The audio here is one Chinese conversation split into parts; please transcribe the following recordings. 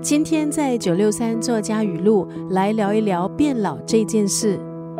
今天在963作家语录来聊一聊变老这件事。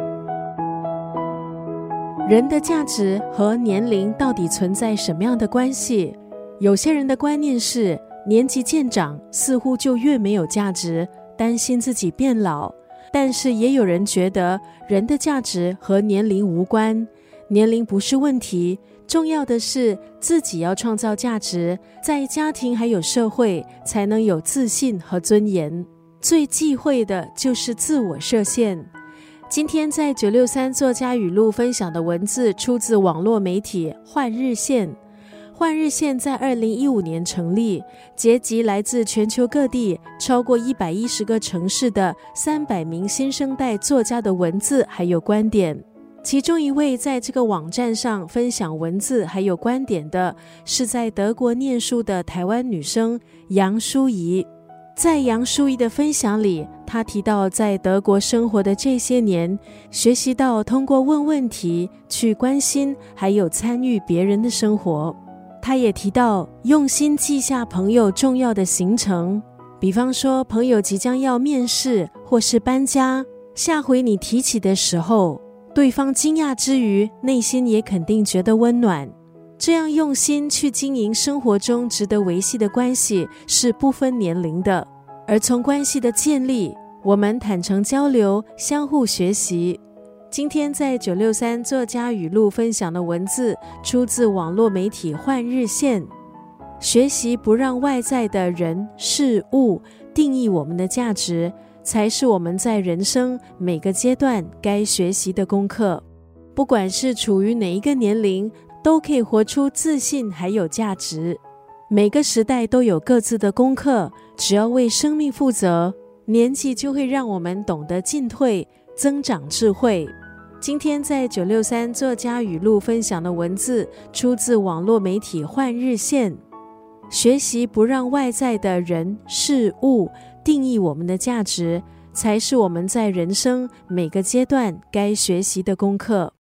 人的价值和年龄到底存在什么样的关系？有些人的观念是年纪渐长似乎就越没有价值，担心自己变老。但是也有人觉得人的价值和年龄无关，年龄不是问题，重要的是自己要创造价值，在家庭还有社会才能有自信和尊严。最忌讳的就是自我设限。今天在963作家语录分享的文字出自网络媒体换日线。换日线在2015年成立，结集来自全球各地超过110个城市的300名新生代作家的文字还有观点。其中一位在这个网站上分享文字还有观点的是在德国念书的台湾女生杨淑仪。在杨淑仪的分享里，她提到在德国生活的这些年，学习到通过问问题去关心还有参与别人的生活。她也提到用心记下朋友重要的行程，比方说朋友即将要面试或是搬家，下回你提起的时候，对方惊讶之余，内心也肯定觉得温暖。这样用心去经营生活中值得维系的关系是不分年龄的。而从关系的建立，我们坦诚交流，相互学习。今天在963作家语录分享的文字出自网络媒体换日线。学习不让外在的人事物定义我们的价值，才是我们在人生每个阶段该学习的功课。不管是处于哪一个年龄，都可以活出自信还有价值。每个时代都有各自的功课，只要为生命负责，年纪就会让我们懂得进退，增长智慧。今天在963作家语录分享的文字出自网络媒体换日线。学习不让外在的人事物定义我们的价值，才是我们在人生每个阶段该学习的功课。